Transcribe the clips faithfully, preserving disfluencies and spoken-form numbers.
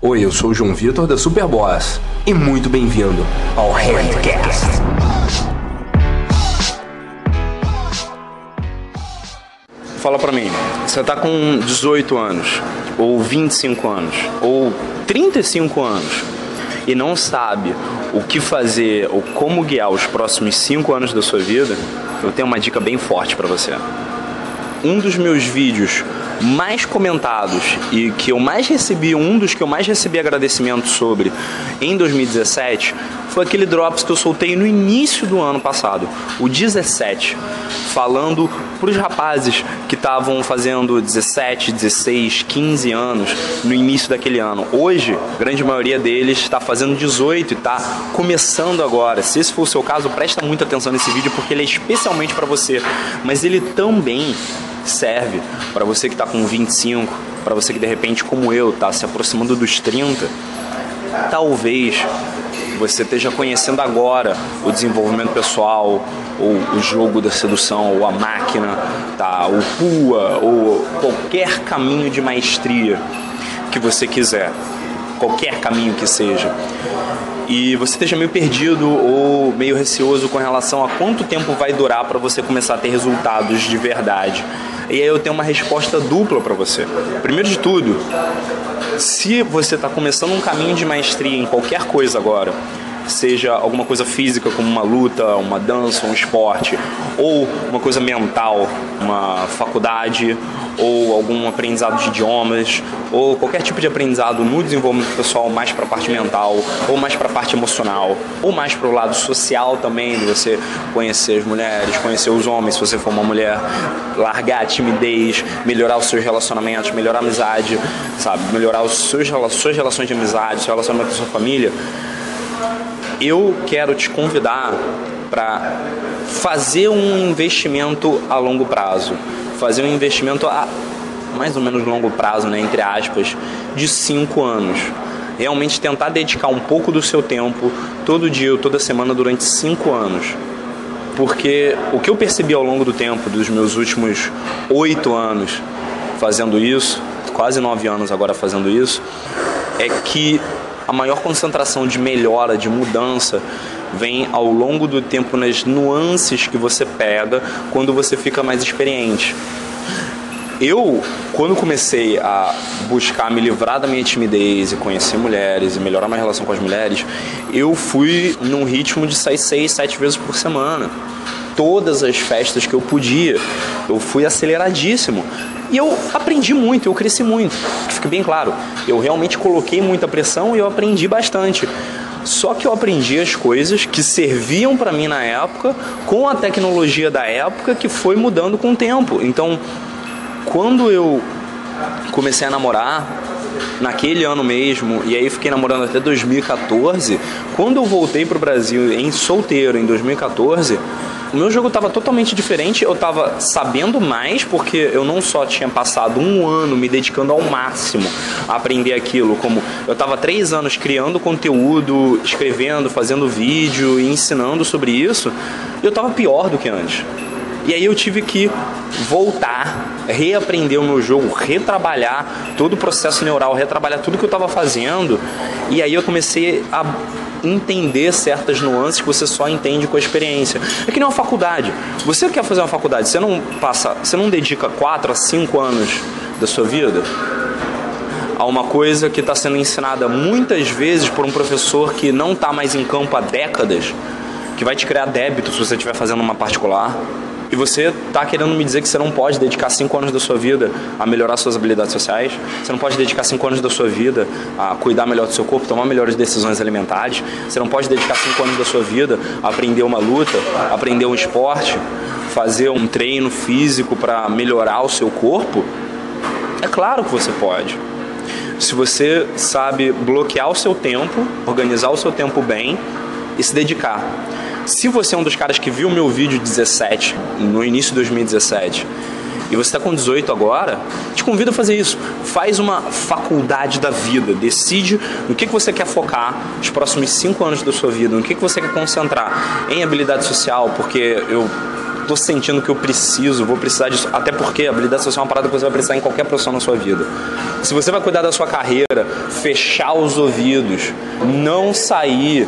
Oi, eu sou o João Vitor da Superboss e muito bem-vindo ao Handcast. Fala pra mim, você tá com dezoito anos, ou vinte e cinco anos, ou trinta e cinco anos e não sabe o que fazer ou como guiar os próximos cinco anos da sua vida? Eu tenho uma dica bem forte pra você. Um dos meus vídeos mais comentados e que eu mais recebi, um dos que eu mais recebi agradecimento sobre em dois mil e dezessete foi aquele Drops que eu soltei no início do ano passado, o dezessete, falando para os rapazes que estavam fazendo dezessete, dezesseis, quinze anos no início daquele ano. Hoje, a grande maioria deles está fazendo dezoito e está começando agora. Se esse for o seu caso, presta muita atenção nesse vídeo porque ele é especialmente para você, mas ele também serve para você que está com vinte e cinco, para você que de repente, como eu, está se aproximando dos trinta. Talvez você esteja conhecendo agora o desenvolvimento pessoal, ou o jogo da sedução, ou a máquina, tá? ou Rua, ou qualquer caminho de maestria que você quiser, qualquer caminho que seja. E você esteja meio perdido ou meio receoso com relação a quanto tempo vai durar para você começar a ter resultados de verdade. E aí eu tenho uma resposta dupla para você. Primeiro de tudo, se você está começando um caminho de maestria em qualquer coisa agora, seja alguma coisa física como uma luta, uma dança, um esporte, ou uma coisa mental, uma faculdade, ou algum aprendizado de idiomas, ou qualquer tipo de aprendizado no desenvolvimento pessoal, mais para a parte mental, ou mais para a parte emocional, ou mais para o lado social também, de você conhecer as mulheres, conhecer os homens, se você for uma mulher, largar a timidez, melhorar os seus relacionamentos, melhorar a amizade, sabe, melhorar os seus, suas relações de amizade, seu relacionamento com a sua família. Eu quero te convidar para fazer um investimento a longo prazo, fazer um investimento a mais ou menos longo prazo, né, entre aspas, de cinco anos. Realmente tentar dedicar um pouco do seu tempo, todo dia ou toda semana, durante cinco anos. Porque o que eu percebi ao longo do tempo, dos meus últimos oito anos fazendo isso, quase nove anos agora fazendo isso, é que a maior concentração de melhora, de mudança, vem ao longo do tempo nas nuances que você pega quando você fica mais experiente. Eu, quando comecei a buscar me livrar da minha timidez e conhecer mulheres e melhorar minha relação com as mulheres, eu fui num ritmo de sair seis, sete vezes por semana. Todas as festas que eu podia, eu fui aceleradíssimo. E eu aprendi muito, eu cresci muito. Fique bem claro, eu realmente coloquei muita pressão e eu aprendi bastante. Só que eu aprendi as coisas que serviam para mim na época, com a tecnologia da época que foi mudando com o tempo. Então, quando eu comecei a namorar, naquele ano mesmo, e aí fiquei namorando até dois mil e quatorze, quando eu voltei para o Brasil em solteiro em dois mil e quatorze, o meu jogo estava totalmente diferente. Eu estava sabendo mais, porque eu não só tinha passado um ano me dedicando ao máximo a aprender aquilo, como eu estava três anos criando conteúdo, escrevendo, fazendo vídeo e ensinando sobre isso, eu estava pior do que antes. E aí eu tive que voltar, reaprender o meu jogo, retrabalhar todo o processo neural, retrabalhar tudo que eu estava fazendo. E aí eu comecei a entender certas nuances que você só entende com a experiência. É que nem uma faculdade. Você quer fazer uma faculdade, você não passa, você não dedica quatro a cinco anos da sua vida a uma coisa que está sendo ensinada muitas vezes por um professor que não está mais em campo há décadas, que vai te criar débito se você estiver fazendo uma particular. E você está querendo me dizer que você não pode dedicar cinco anos da sua vida a melhorar suas habilidades sociais? Você não pode dedicar cinco anos da sua vida a cuidar melhor do seu corpo, tomar melhores decisões alimentares? Você não pode dedicar cinco anos da sua vida a aprender uma luta, aprender um esporte, fazer um treino físico para melhorar o seu corpo? É claro que você pode. Se você sabe bloquear o seu tempo, organizar o seu tempo bem e se dedicar. Se você é um dos caras que viu o meu vídeo dezessete, no início de dois mil e dezessete, e você está com dezoito agora, te convido a fazer isso. Faz uma faculdade da vida. Decide no que, que você quer focar os próximos cinco anos da sua vida, no que, que você quer concentrar. Em habilidade social, porque eu tô sentindo que eu preciso, vou precisar disso, até porque a habilidade social é uma parada que você vai precisar em qualquer profissão na sua vida. Você Se você vai cuidar da sua carreira, fechar os ouvidos, não sair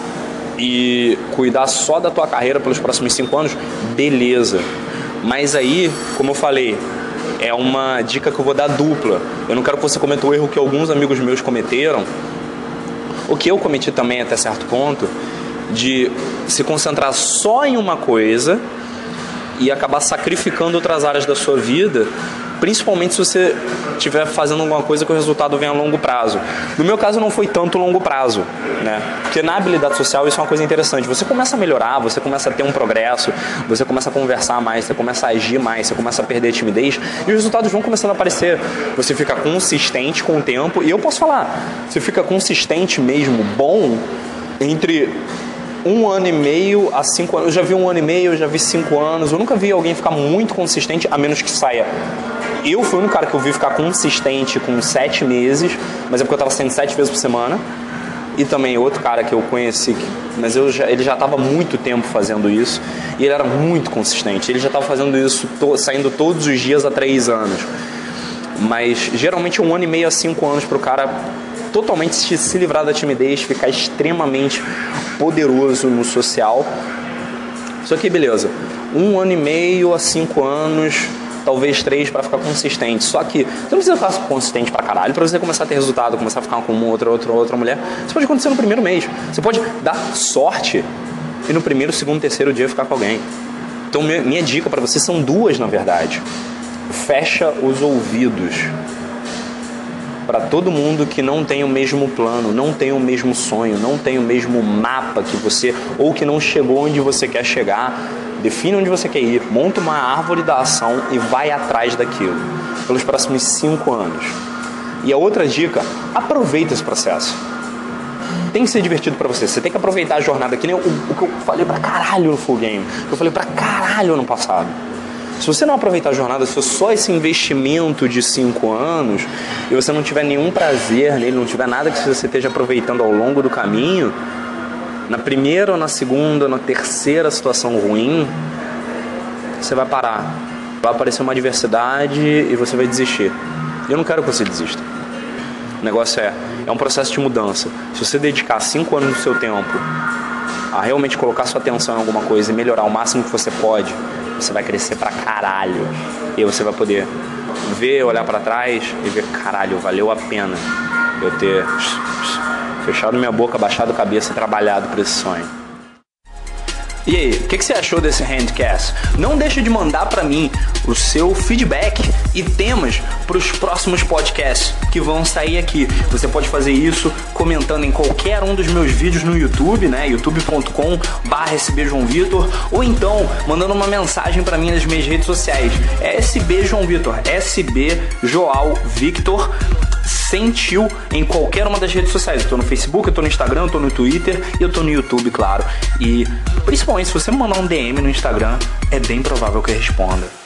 e cuidar só da tua carreira pelos próximos cinco anos, beleza. Mas aí, como eu falei, é uma dica que eu vou dar dupla. Eu não quero que você cometa o erro que alguns amigos meus cometeram, o que eu cometi também até certo ponto, de se concentrar só em uma coisa e acabar sacrificando outras áreas da sua vida, principalmente se você estiver fazendo alguma coisa que o resultado venha a longo prazo. No meu caso não foi tanto longo prazo, né? Porque na habilidade social isso é uma coisa interessante. Você começa a melhorar, você começa a ter um progresso, você começa a conversar mais, você começa a agir mais, você começa a perder a timidez e os resultados vão começando a aparecer. Você fica consistente com o tempo e eu posso falar, você fica consistente mesmo, bom, entre um ano e meio a cinco anos. Eu já vi um ano e meio, eu já vi cinco anos. Eu nunca vi alguém ficar muito consistente, a menos que saia. Eu fui o único cara que eu vi ficar consistente com sete meses, mas é porque eu estava saindo sete vezes por semana. E também outro cara que eu conheci, mas eu já, ele já estava há muito tempo fazendo isso. E ele era muito consistente. Ele já estava fazendo isso, to, saindo todos os dias há três anos. Mas geralmente um ano e meio a cinco anos para o cara totalmente se, se livrar da timidez, ficar extremamente poderoso no social. Só que beleza, um ano e meio a cinco anos, talvez três, para ficar consistente. Só que você não precisa ficar consistente pra caralho pra você começar a ter resultado, começar a ficar com uma outra, outra, outra mulher. Isso pode acontecer no primeiro mês. Você pode dar sorte e no primeiro, segundo, terceiro dia ficar com alguém. Então minha, minha dica pra você são duas, na verdade. Fecha os ouvidos para todo mundo que não tem o mesmo plano, não tem o mesmo sonho, não tem o mesmo mapa que você, ou que não chegou onde você quer chegar. Define onde você quer ir, monta uma árvore da ação e vai atrás daquilo pelos próximos cinco anos. E a outra dica, aproveita esse processo. Tem que ser divertido pra você, você tem que aproveitar a jornada, que nem o, o que eu falei pra caralho no Full Game, que eu falei pra caralho ano passado. Se você não aproveitar a jornada, se for só esse investimento de cinco anos e você não tiver nenhum prazer nele, não tiver nada que você esteja aproveitando ao longo do caminho, na primeira ou na segunda ou na terceira situação ruim, você vai parar. Vai aparecer uma adversidade e você vai desistir. Eu não quero que você desista. O negócio é, é um processo de mudança. Se você dedicar cinco anos do seu tempo a realmente colocar sua atenção em alguma coisa e melhorar o máximo que você pode, você vai crescer pra caralho. E aí você vai poder ver, olhar pra trás e ver, caralho, valeu a pena eu ter fechado minha boca, baixado a cabeça e trabalhado por esse sonho. E aí, o que, que você achou desse Handcast? Não deixa de mandar pra mim o seu feedback e temas para os próximos podcasts que vão sair aqui. Você pode fazer isso comentando em qualquer um dos meus vídeos no YouTube, né? youtube ponto com barra S B João Vitor, ou então mandando uma mensagem pra mim nas minhas redes sociais. É S B João Vitor, S B João Victor. Sentiu em qualquer uma das redes sociais. Eu tô no Facebook, eu tô no Instagram, eu tô no Twitter e eu tô no YouTube, claro. E principalmente se você me mandar um D M no Instagram, é bem provável que eu responda.